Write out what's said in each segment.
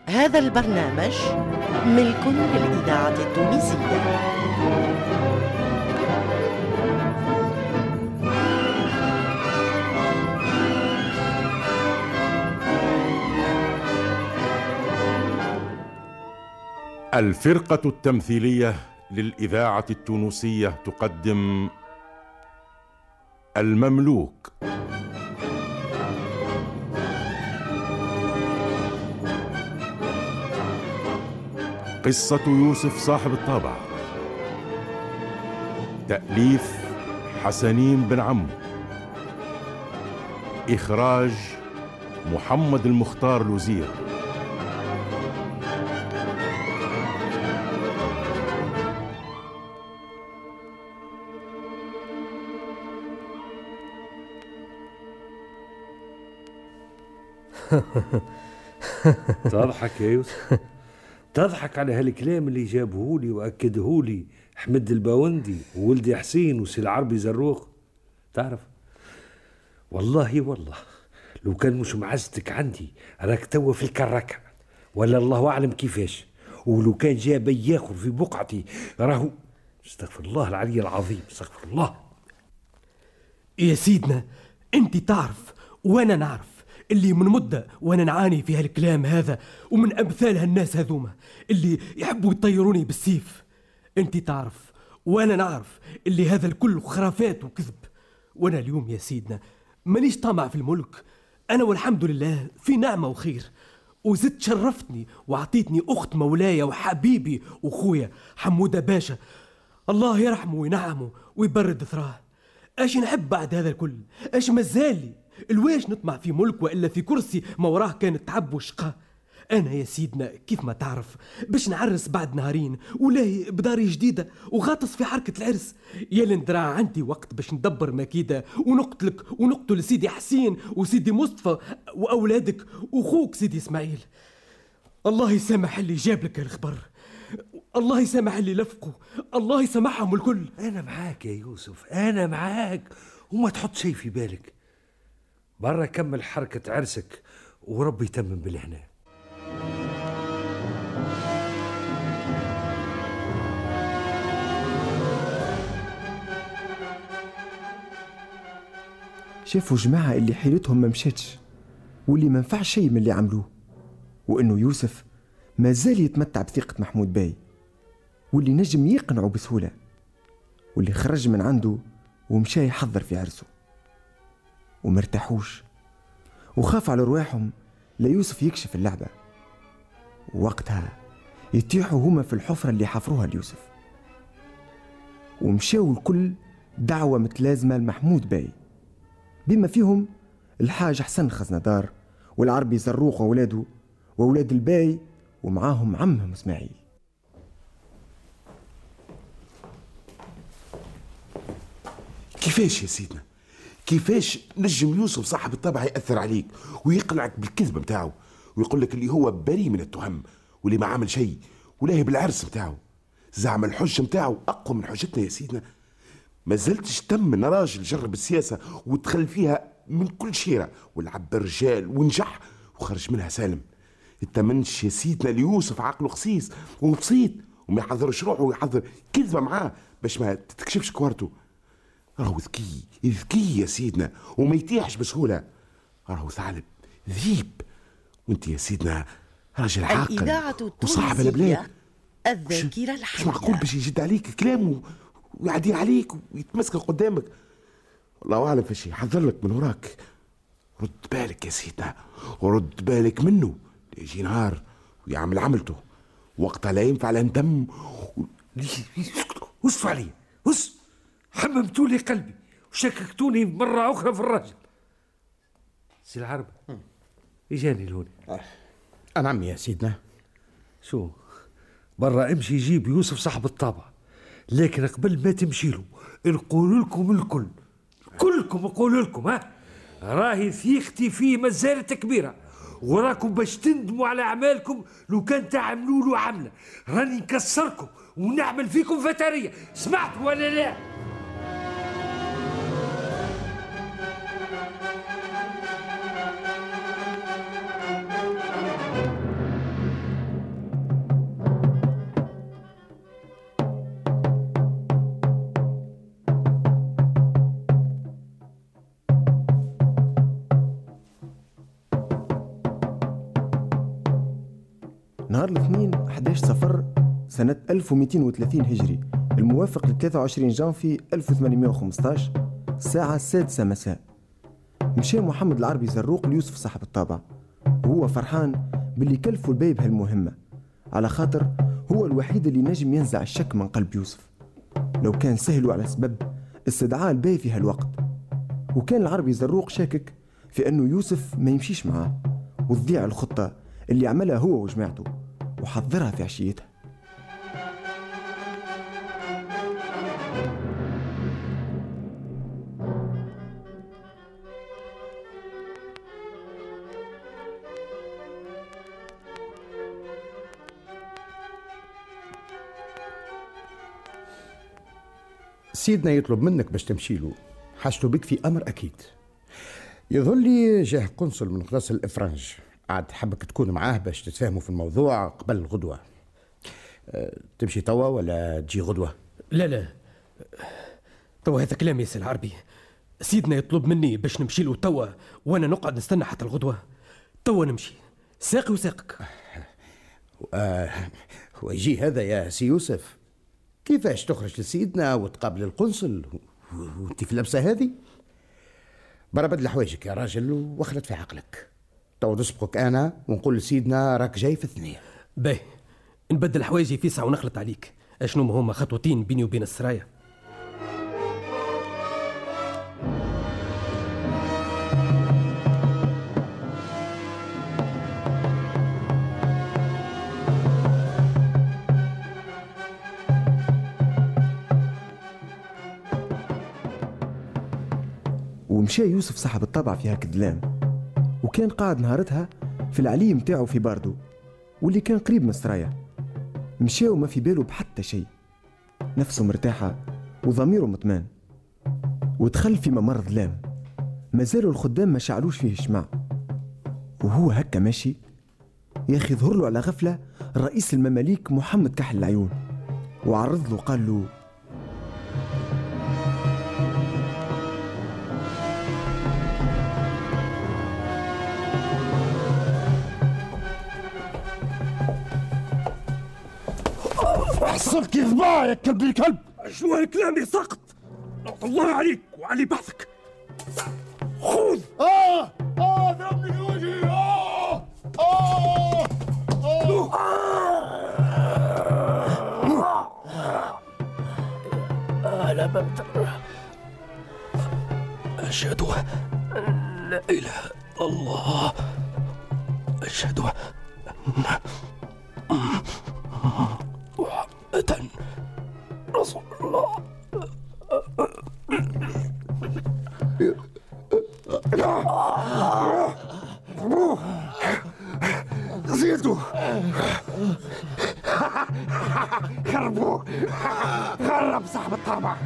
هذا البرنامج ملك للإذاعة التونسية. الفرقة التمثيلية للإذاعة التونسية تقدم المملوك. قصة يوسف صاحب الطابع، تأليف حسنين بن عمو، إخراج محمد المختار الوزير. تضحك يا يوسف، تضحك على هالكلام اللي جابهولي وأكدهولي حمد الباوندي وولدي حسين وسي العربي زروق. تعرف والله لو كان مش معزتك عندي راك توا في الكركة ولا الله أعلم كيفاش، ولو كان جاء بياخر في بقعتي راهو استغفر الله العلي العظيم، استغفر الله. يا سيدنا انت تعرف وانا نعرف اللي من مدة وانا نعاني في هالكلام هذا ومن امثال هالناس هذوما اللي يحبوا يطيروني بالسيف. انت تعرف وانا نعرف اللي هذا الكل خرافات وكذب. وانا اليوم يا سيدنا مانيش طامع في الملك، انا والحمد لله في نعمة وخير، وزدت شرفتني وعطيتني اخت مولاي وحبيبي وخويا حمودة باشا، الله يرحمه وينعمه ويبرد ثراه. اش نحب بعد هذا الكل؟ اش مازالي؟ الواش نطمع في ملك وإلا في كرسي ما وراه كان التعب والشقاء؟ أنا يا سيدنا كيف ما تعرف باش نعرس بعد نهارين ولاهي بداري جديدة وغاطس في حركة العرس. يا لندرا عندي وقت باش ندبر مكيدة ونقتلك ونقتل سيدي حسين وسيدي مصطفى وأولادك وأخوك سيدي إسماعيل. الله يسامح اللي جاب لك الخبر، الله يسامح اللي لفقوا، الله يسامحهم الكل. أنا معاك يا يوسف، أنا معاك، وما تحط شيء في بالك. برا كمل حركة عرسك وربي يتمم بالهنا. شافوا جماعة اللي حيلتهم ما مشاتش واللي ما نفعش شيء من اللي عملوه، وإنه يوسف ما زال يتمتع بثقة محمود باي واللي نجم يقنعه بسهولة، واللي خرج من عنده ومشى يحضر في عرسه ومرتاحوش وخاف على رواحهم ليوسف يكشف اللعبة. ووقتها يتيحوا هما في الحفرة اللي حفروها ليوسف، ومشاو الكل دعوة متلازمة لمحمود باي بما فيهم الحاج حسن خزندار والعربي زروق وأولاده وأولاد الباي ومعاهم عمهم إسماعيل. كيفاش يا سيدنا؟ كيفاش نجم يوسف صاحب الطبع يأثر عليك ويقنعك بالكذب متاعه ويقول لك اللي هو بريء من التهم واللي ما عمل شيء ولاهي بالعرس متاعه؟ زعم الحجة متاعه أقوى من حجتنا يا سيدنا. ما زلتش تم من راجل جرب السياسة ودخل فيها من كل شيرة ولعب الرجال ونجح وخرج منها سالم. التمنش يا سيدنا ليوسف عقله خسيس وبسيط وما يحضرش روحه ويحضر كذبة معاه باش ما تتكشفش كوارته. راهو ذكي يا سيدنا وما يتيحش بسهولة، راهو ثعلب ذيب، وانت يا سيدنا راجل عاقل وصاحب البلاد. الذاكرة الحية مش معقول باش يجد عليك كلامه ويعدي عليك ويتمسك قدامك. الله أعلم فاش يحضر لك من وراك. رد بالك يا سيدنا ورد بالك منه، يجي نهار ويعمل عملته وقتها لا ينفع لا ندم. وصفوا علي، حممتوا لي قلبي وشككتوني مرة أخرى في الراجل. سي العرب يجاني لهوني. نعم يا سيدنا. شو برا امشي جيب يوسف صاحب الطابع، لكن قبل ما تمشي له نقول لكم الكل كلكم نقول لكم راهي ثيختي فيه مازالت كبيرة، وراكم باش تندموا على أعمالكم لو كان تعملوا له عملة. راني نكسركم ونعمل فيكم فترية، سمعت ولا لا؟ نهار الاثنين 11 صفر سنة 1230 هجري الموافق ل 23 جانفي 1815 الساعة 6 مساء، مشى محمد العربي زروق ليوسف صاحب الطابع وهو فرحان باللي كلفوا الباي بهالمهمة، على خاطر هو الوحيد اللي نجم ينزع الشك من قلب يوسف لو كان سهلوا على سبب استدعاء الباي في هالوقت. وكان العربي زروق شاكك في أنه يوسف ما يمشيش معاه وتضيع الخطة اللي عملها هو وجماعته وحضرها في عشيتها. سيدنا يطلب منك باش تمشي له، حاجته بك في أمر أكيد. يظل لي جاه قنصل من قنصل الإفرنج عاد حبك تكون معاه باش تتفاهموا في الموضوع قبل الغدوة. تمشي توا ولا تجي غدوة؟ لا توا هذا كلام ياسر العربي. سيدنا يطلب مني باش نمشي له توا وانا نقعد نستنى حتى الغدوة. توا نمشي ساقي وساقك. ويجي هذا يا سي يوسف، كيفاش تخرج لسيدنا وتقابل القنصل وانت في اللبسة هذه؟ برا بدل حوايجك يا راجل واخلط في عقلك. تو نسبقك انا ونقول لسيدنا راك جاي في 2. باهي نبدل حوايجي في ساعة ونخلط عليك. اشنو هما خطوتين بيني وبين السرايا. ومشى يوسف صاحب الطبع في هاك الدلام، وكان قاعد نهارتها في العلي متاعه في باردو واللي كان قريب من السرايا. مشى وما في باله بحتى شيء، نفسه مرتاحة وضميره مطمئن. ودخل في ممر ظلام، ما زالوا الخدام ما شعلوش فيه الشمع، وهو هكا ماشي ياخي ظهر له على غفلة رئيس المماليك محمد كحل العيون، وعرض له قال له: حصلت كيف ضاع يا كلب الكلب. شنو هالكلام يا ساقط؟ الله عليك وعلي بحثك. خذ. ضربني في وجهي. أنا بقدر. أشهد أن لا إله إلا الله. أشهد أن محمدا رسول الله. زيدوا خربوه، خرب صاحب الطابع.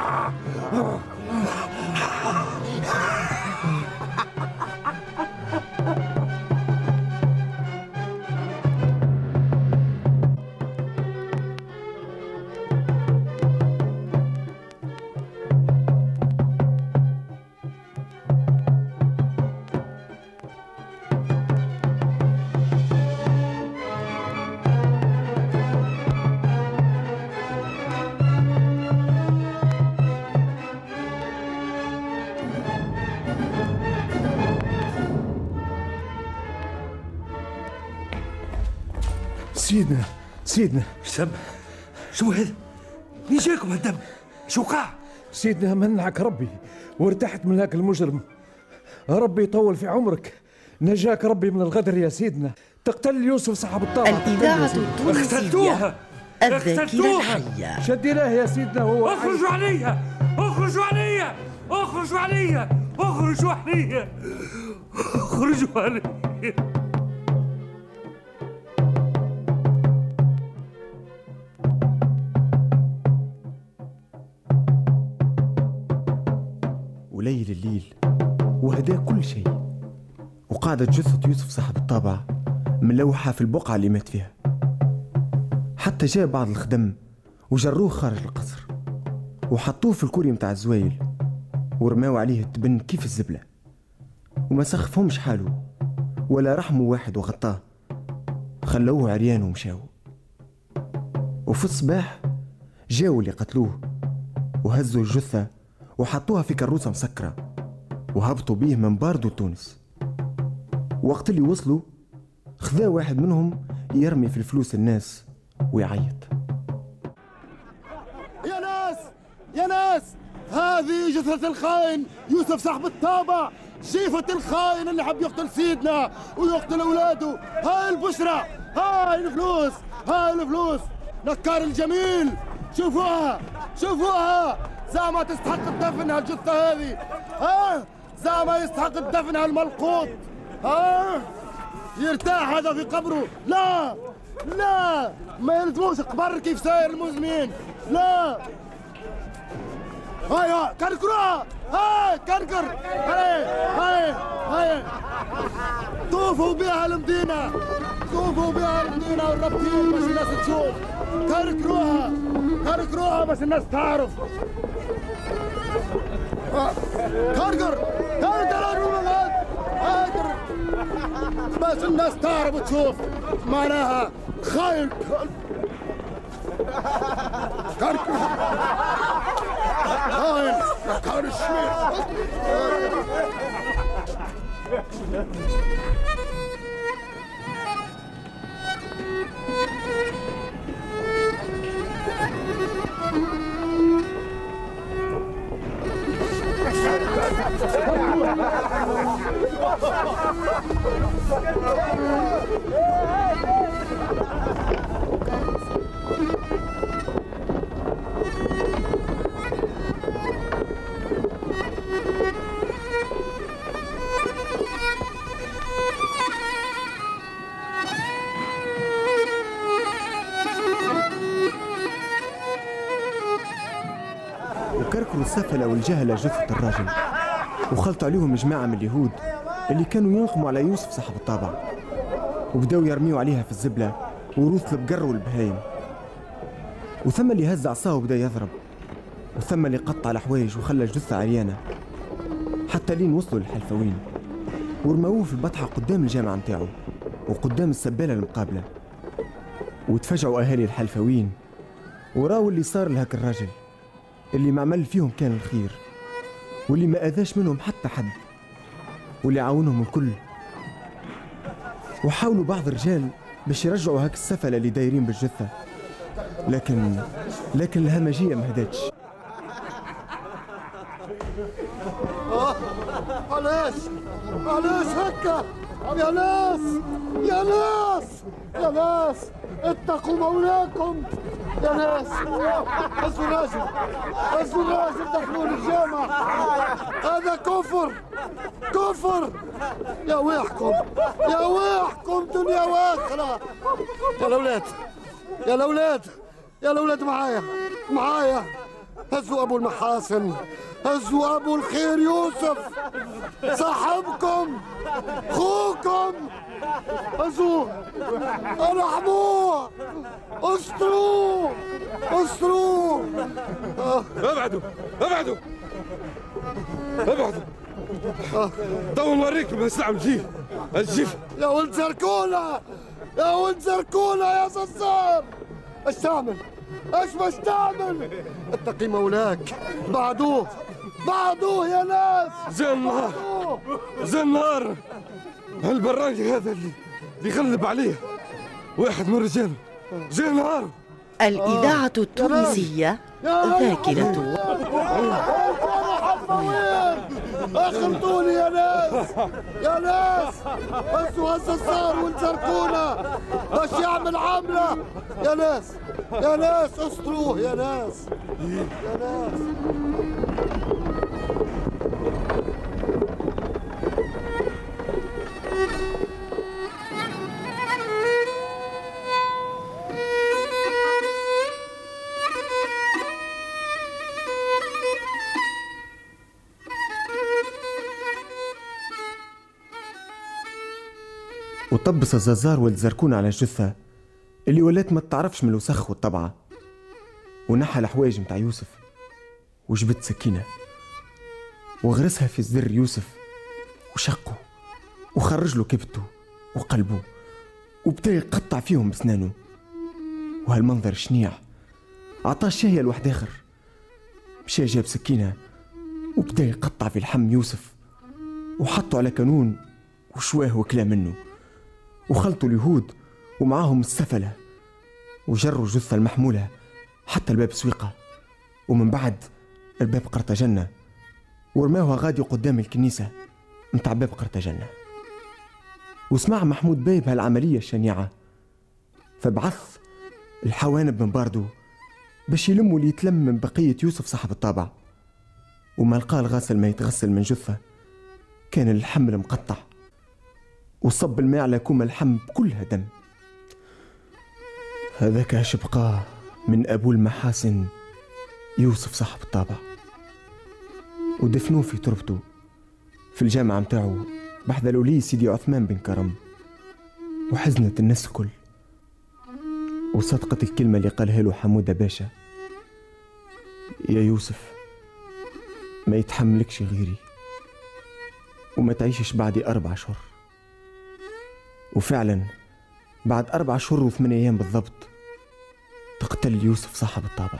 سيدنا سب شو هذا؟ مين جاكم هالدم؟ شو قاع؟ سيدنا منعك ربي وارتحت من هاك المجرم. ربي يطول في عمرك، نجاك ربي من الغدر يا سيدنا. تقتل يوسف صاحب الطابع. الإذاعة التونسية اقتلتوها. الذاكرة الحية. شديناه يا سيدنا. هو اخرجوا عليا، اخرجوا عليا، اخرجوا عليا، اخرجوا عليا، اخرجوا عليا. وليل الليل وهدا كل شيء، وقعدت جثة يوسف صاحب الطابع ملوحة في البقعة اللي مات فيها. حتى جاء بعض الخدم وجروه خارج القصر وحطوه في الكوري متاع الزوايل ورماو عليه التبن كيف الزبلة، وما سخفهمش حاله ولا رحموا واحد وغطاه، خلوه عريان ومشاو. وفي الصباح جاوا اللي قتلوه وهزوا الجثة وحطوها في كروسة مسكرة وهبطوا بيه من باردو تونس. وقت اللي وصلوا خذا واحد منهم يرمي في الفلوس الناس ويعيط. يا ناس يا ناس، هذه جثة الخاين يوسف صاحب الطابع، جيفة الخاين اللي حب يقتل سيدنا ويقتل اولاده. هاي البشرى، هاي الفلوس، هاي الفلوس. نكار الجميل، شوفوها شوفوها، زعما تستحق الدفن هالجثة هذه. ها زعما يستحق الدفن هالملقوط. ها يرتاح هذا في قبره. لا لا، ما يلزموش قبر كيف ساير المسلمين. لا هاي كركروها، هاي كركر، هاي طوفوا بها المدينة، طوفوا بها المدينة والربطين باش الناس تشوف. كركروها كركروها باش الناس تعرف. كركر كركر باش الناس تعرف وتشوف معناها خاين. كركر خاين كار الشميس. وكركروا السفلة والجهلة جثة الراجل وخلطوا عليهم جماعة من اليهود اللي كانوا ينقموا على يوسف صاحب الطابع، وبداوا يرميوا عليها في الزبلة وروث البقر والبهايم. وثم اللي هز عصاه وبدا يضرب، وثم اللي قطع الحوايج وخلى الجثة عريانة، حتى لين وصلوا للحلفوين ورموه في البطحة قدام الجامعة متاعه وقدام السبالة المقابلة. وتفجعوا أهالي الحلفوين وراوا اللي صار لهاك الراجل اللي ما عمل فيهم كان الخير، واللي ما أذاش منهم حتى حد، واللي عاونهم الكل. وحاولوا بعض الرجال باش يرجعوا هاك السفلة اللي دايرين بالجثة، لكن الهمجية ما هداتش. علاش هكا يا ناس يا ناس يا ناس، اتقوا مولاكم يا ناس. هزوا الراجل هزوا الراجل، دخلوا للجامع. هذا كفر كفر. يا ويحكم يا ويحكم دنيا واخرة. يا الاولاد يا الاولاد يا الاولاد، معايا هزوا ابو المحاسن، هزوا ابو الخير يوسف صاحبكم خوكم، هزوه ارحموه، استروه. ابعدوا تو نوريكم اسلام الجيف. يا ولد زركوله يا صصار، اش تعمل؟ اش تعمل؟ اتقي مولاك. بعدوه يا ناس. زي النهار هالبرانجي هذا اللي يغلب عليه واحد من رجاله. زي النهار. الإذاعة التونسية ذاكرة. اخرطوني يا ناس هزوا الصار ونزركونا باش يعمل عاملة. يا ناس استروه يا ناس. وطبس الززار والزركون على الجثة اللي ولات ما تعرفش من الوسخ والطبعة، ونحى الحوايج متاع يوسف وجبت سكينة وغرسها في زر يوسف وشقه وخرج له كبته وقلبه وبدا يقطع فيهم بسنانه. وهالمنظر شنيع عطاه الشاهية لواحد آخر، مشى جاب سكينة وبدا يقطع في لحم يوسف، وحطوا على كانون وشواه وكلا منه، وخلطوا اليهود ومعاهم السفلة، وجروا الجثة المحمولة حتى الباب سويقة، ومن بعد الباب قرطاجنة، ورماوها غادي قدام الكنيسة متاع باب قرطاجنة. وسمع محمود باي بهالعملية الشنيعة، فبعث الحوانب من باردو باش يلموا اللي يتلم من بقية يوسف صاحب الطابع. وما لقى الغاسل ما يتغسل من جثة، كان اللحم مقطع، وصب الماء على كوم اللحم كلها دم. هذاك اش بقى من ابو المحاسن يوسف صاحب الطابع، ودفنوه في تربته في الجامعة متاعو بحذا الولي سيدي عثمان بن كرم. وحزنت الناس الكل، وصدقت الكلمة اللي قالها له حمودة باشا: يا يوسف ما يتحملكش غيري، وما تعيشش بعدي 4 أشهر. وفعلا بعد 4 أشهر و8 أيام بالضبط تقتل يوسف صاحب الطابع.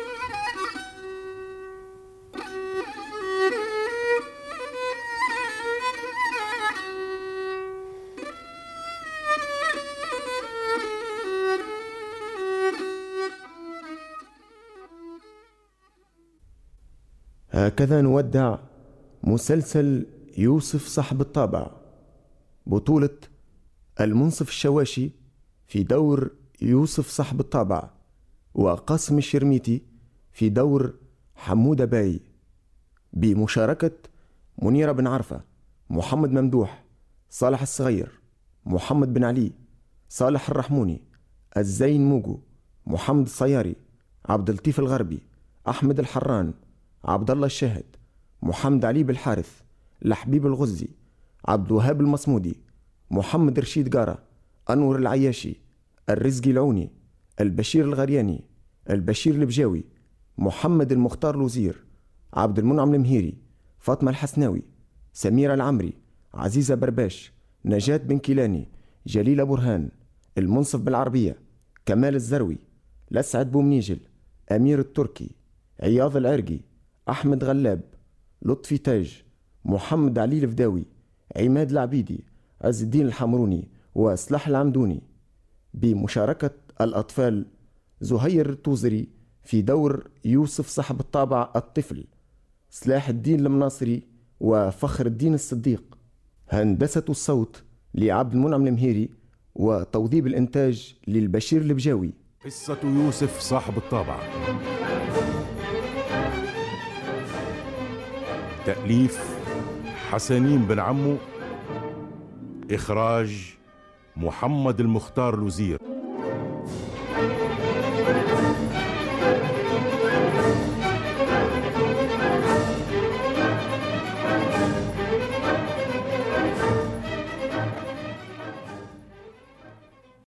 هكذا نودع مسلسل يوسف صاحب الطابع، بطولة المنصف الشواشي في دور يوسف صاحب الطابع، وقاسم الشرميتي في دور حمودة باي، بمشاركة منيرة بن عرفة، محمد ممدوح، صالح الصغير، محمد بن علي، صالح الرحموني، الزين موجو، محمد الصياري، عبد اللطيف الغربي، أحمد الحران، عبد الله الشاهد، محمد علي بالحارث، لحبيب الغزي، عبد الوهاب المصمودي، محمد رشيد قارة، أنور العياشي، الرزقي العوني، البشير الغرياني، البشير البجاوي، محمد المختار الوزير، عبد المنعم المهيري، فاطمة الحسناوي، سميرة العمري، عزيزة برباش، نجاة بن كيلاني، جليلة برهان، المنصف بالعربية، كمال الزروي، لسعد بومنيجل، أمير التركي، عياض العرقي، أحمد غلاب، لطفي تاج، محمد علي الفداوي، عماد العبيدي، عز الدين الحمروني، وصلاح العمدوني، بمشاركة الأطفال زهير التوزري في دور يوسف صاحب الطابع الطفل، سلاح الدين المناصري وفخر الدين الصديق. هندسة الصوت لعبد المنعم المهيري، وتوظيب الإنتاج للبشير البجاوي. قصة يوسف صاحب الطابع، تأليف حسنين بن عمو، إخراج محمد المختار الوزير.